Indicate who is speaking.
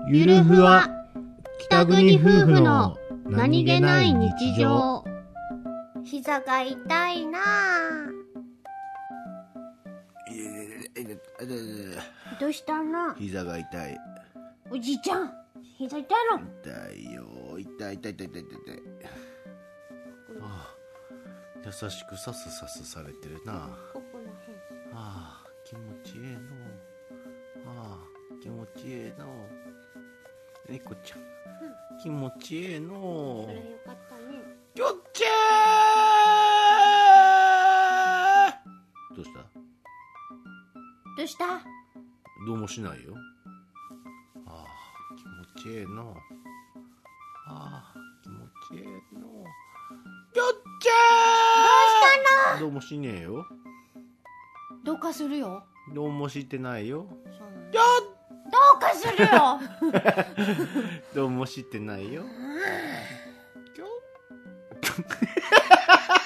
Speaker 1: ゆるふわ北国夫婦の何気ない日常。
Speaker 2: 膝が痛いなぁ。どうしたの？
Speaker 3: 膝が痛い。
Speaker 2: おじいちゃん、膝痛いの？
Speaker 3: 痛いよ。痛い。優しくさすされてるな。
Speaker 2: ここら
Speaker 3: 気持ちええの。気持ちええの。猫ちゃん、気持ちええの。
Speaker 2: それよかったね。
Speaker 3: よっちゃー。どうした？
Speaker 2: どうした？
Speaker 3: どうもしないよ。気持ちええの。気持ちええの。よっちゃー。どうしたの？どうもしねえよ。
Speaker 2: どうかするよ。
Speaker 3: どうもしてないよ。
Speaker 2: どうかするよ。
Speaker 3: どうもしてないよ。